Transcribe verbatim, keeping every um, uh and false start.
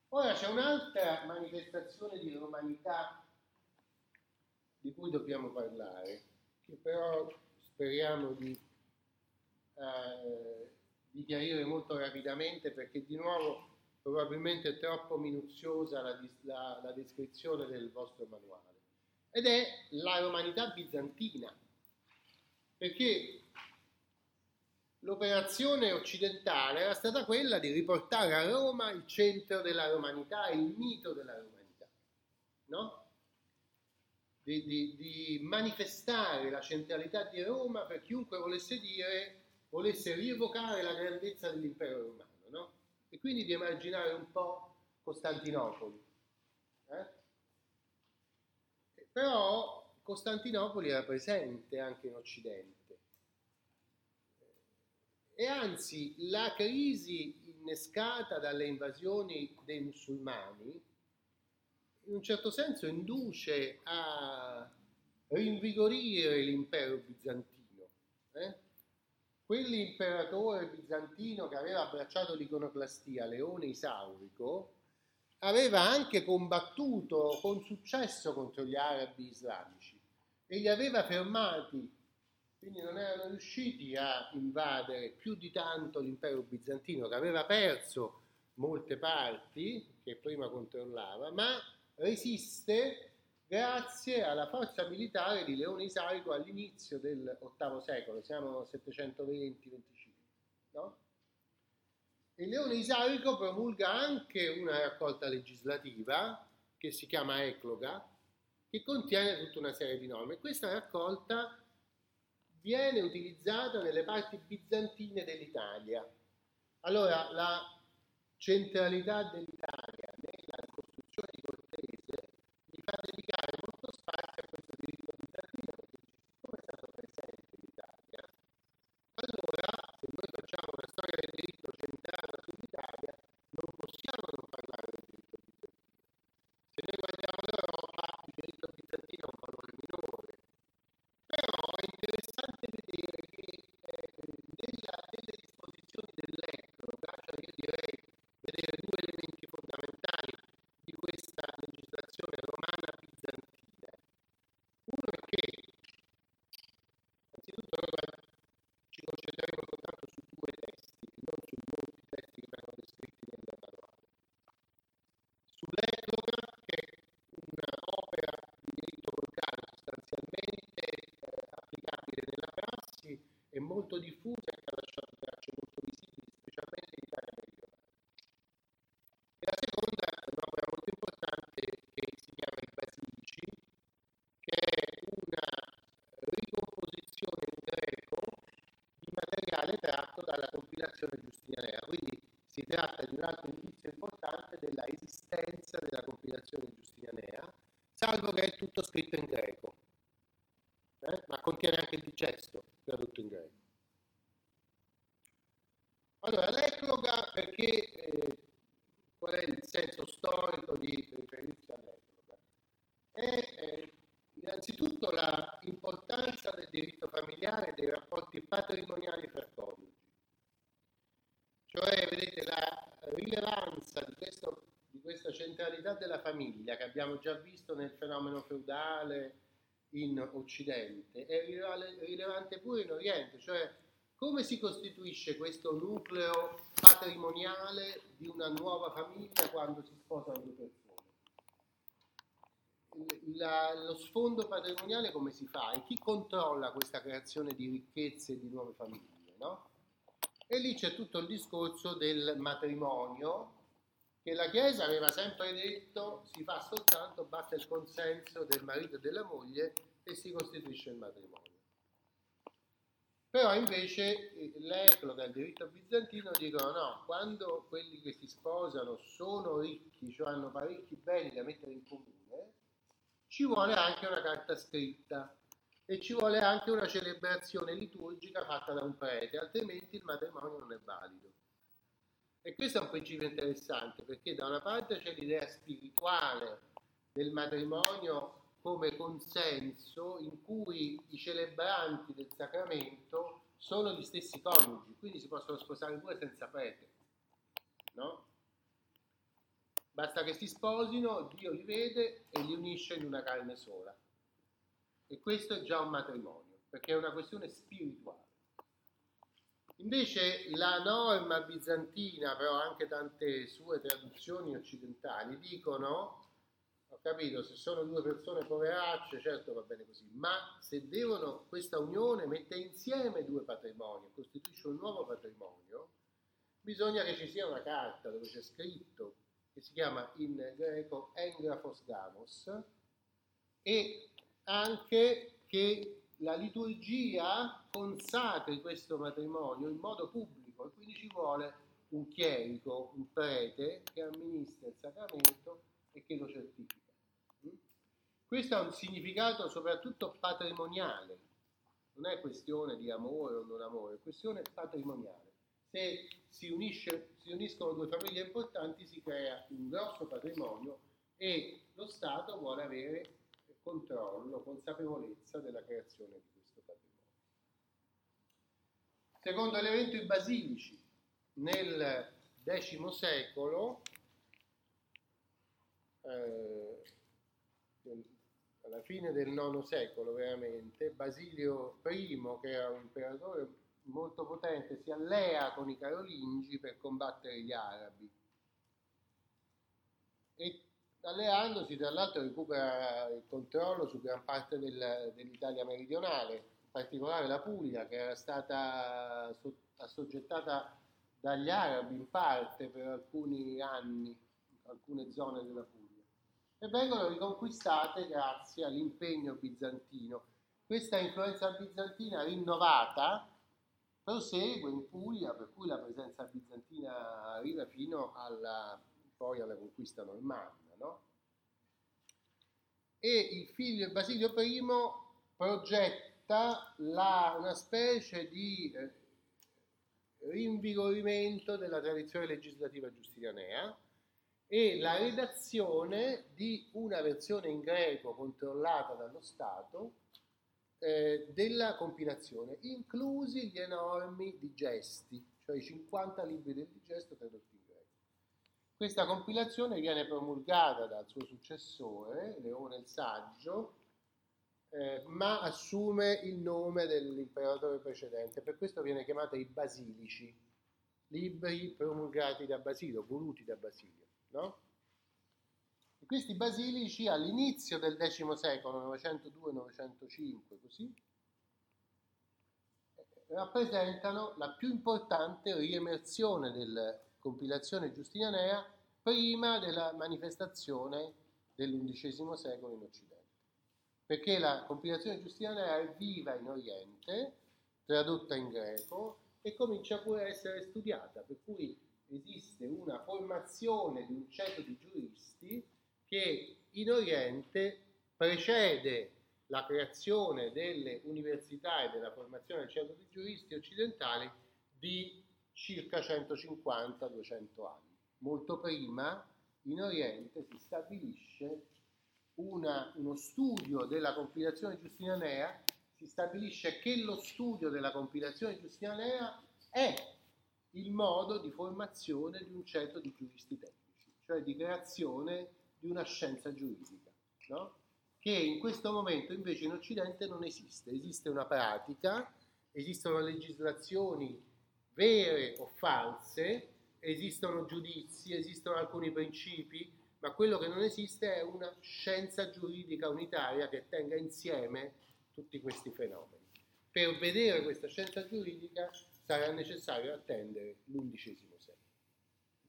Ora c'è un'altra manifestazione di romanità di cui dobbiamo parlare, che però speriamo di, eh, di chiarire molto rapidamente perché di nuovo probabilmente è troppo minuziosa la, la, la descrizione del vostro manuale, ed è la romanità bizantina, perché l'operazione occidentale era stata quella di riportare a Roma il centro della romanità, il mito della romanità, no? Di, di, di manifestare la centralità di Roma per chiunque volesse dire, volesse rievocare la grandezza dell'impero romano, no? E quindi di emarginare un po' Costantinopoli. Eh? Però Costantinopoli era presente anche in Occidente. E anzi, la crisi innescata dalle invasioni dei musulmani in un certo senso induce a rinvigorire l'impero bizantino. Eh? Quell'imperatore bizantino che aveva abbracciato l'iconoclastia, Leone Isaurico, aveva anche combattuto con successo contro gli arabi islamici e li aveva fermati, quindi non erano riusciti a invadere più di tanto l'impero bizantino, che aveva perso molte parti che prima controllava, ma resiste grazie alla forza militare di Leone Isarico all'inizio dell'ottavo secolo, siamo settecentoventi venticinque, no? E Leone Isarico promulga anche una raccolta legislativa che si chiama Ecloga, che contiene tutta una serie di norme. Questa raccolta viene utilizzata nelle parti bizantine dell'Italia. Allora, la centralità dell'Italia nella ricostruzione di Cortese gli fa dedicare molto spazio a questo diritto bizantino, perché come è stato presente in Italia, allora se noi facciamo una storia del diritto centrata sull'Italia non possiamo non parlare del diritto bizantino. Se noi guardiamo l'Europa, il diritto bizantino ha un valore minore, però è interessante vedere che eh, nella, nelle disposizioni dell'Ecloga, cioè io direi vedere due elementi fondamentali di questa legislazione romana bizantina. Uno è che, anzitutto, noi ci concentreremo soltanto su due testi, non su molti testi che vengono descritti nel manuale. Sull'Ecloga, che è un'opera di diritto volgare sostanzialmente eh, applicabile nella prassi e molto diffusa e che ha lasciato tracce molto visibili, specialmente in Italia meridionale. E la seconda è un'opera molto importante che si chiama I Basilici, che è una ricomposizione in greco di materiale tratto dalla compilazione giustinianea. Quindi si tratta di un altro indizio importante della esistenza della compilazione giustinianea, salvo che è tutto scritto in greco, eh? Ma contiene anche il dicesto tradotto in greco. Allora, l'Ecloga, perché eh, qual è il senso storico di riferirsi all'Ecloga? È eh, innanzitutto la importanza del diritto familiare e dei rapporti patrimoniali fra coniugi. Cioè, vedete, la rilevanza di, questo, di questa centralità della famiglia che abbiamo già visto nel fenomeno feudale in Occidente è rilevante pure in Oriente, cioè come si costituisce questo nucleo patrimoniale di una nuova famiglia quando si sposano due persone? La, lo sfondo patrimoniale come si fa? E chi controlla questa creazione di ricchezze e di nuove famiglie, no? E lì c'è tutto il discorso del matrimonio, che la Chiesa aveva sempre detto si fa soltanto, basta il consenso del marito e della moglie e si costituisce il matrimonio. Però invece l'Ecloga e il diritto bizantino dicono no, quando quelli che si sposano sono ricchi, cioè hanno parecchi beni da mettere in comune, ci vuole anche una carta scritta e ci vuole anche una celebrazione liturgica fatta da un prete, altrimenti il matrimonio non è valido. E questo è un principio interessante, perché da una parte c'è l'idea spirituale del matrimonio come consenso in cui i celebranti del sacramento sono gli stessi coniugi, quindi si possono sposare due senza prete, no? Basta che si sposino, Dio li vede e li unisce in una carne sola. E questo è già un matrimonio, perché è una questione spirituale. Invece la norma bizantina, però anche tante sue traduzioni occidentali, dicono, ho capito, se sono due persone poveracce, certo va bene così, ma se devono, questa unione mette insieme due patrimoni, costituisce un nuovo patrimonio, bisogna che ci sia una carta dove c'è scritto, che si chiama in greco engrafos gamos, e anche che la liturgia consacri questo matrimonio in modo pubblico, e quindi ci vuole un chierico, un prete che amministra il sacramento e che lo certifica. Questo ha un significato soprattutto patrimoniale, non è questione di amore o non amore, è questione patrimoniale. Se si, unisce, si uniscono due famiglie importanti si crea un grosso patrimonio e lo Stato vuole avere controllo, consapevolezza della creazione di questo patrimonio. Secondo elemento, i basilici. Nel X secolo, eh, alla fine del nono secolo veramente, Basilio I, che era un imperatore molto potente, si allea con i Carolingi per combattere gli arabi. E alleandosi, tra l'altro, recupera il controllo su gran parte del, dell'Italia meridionale, in particolare la Puglia, che era stata assoggettata dagli arabi in parte per alcuni anni, alcune zone della Puglia, e vengono riconquistate grazie all'impegno bizantino. Questa influenza bizantina rinnovata prosegue in Puglia, per cui la presenza bizantina arriva fino alla, poi alla conquista normanna, no? E il figlio Basilio I progetta la, una specie di eh, rinvigorimento della tradizione legislativa giustinianea e la redazione di una versione in greco controllata dallo Stato eh, della compilazione, inclusi gli enormi digesti, cioè i cinquanta libri del digesto tradotti in greco. Questa compilazione viene promulgata dal suo successore, Leone il Saggio, eh, ma assume il nome dell'imperatore precedente, per questo viene chiamata i Basilici, libri promulgati da Basilio, voluti da Basilio. No? E questi basilici all'inizio del X secolo, novecentodue novecentocinque, così, rappresentano la più importante riemersione della compilazione giustinianea prima della manifestazione dell'undicesimo secolo in Occidente, perché la compilazione giustinianea è viva in Oriente, tradotta in greco e comincia pure a essere studiata, per cui esiste una formazione di un ceto di giuristi che in Oriente precede la creazione delle università e della formazione del ceto di giuristi occidentali di circa centocinquanta duecento anni. Molto prima in Oriente si stabilisce una, uno studio della compilazione giustinianea, si stabilisce che lo studio della compilazione giustinianea è il modo di formazione di un ceto di giuristi tecnici, cioè di creazione di una scienza giuridica, no? Che in questo momento invece in Occidente non esiste. Esiste una pratica, esistono legislazioni vere o false, esistono giudizi, esistono alcuni principi, ma quello che non esiste è una scienza giuridica unitaria che tenga insieme tutti questi fenomeni. Per vedere questa scienza giuridica sarà necessario attendere l'undicesimo secolo.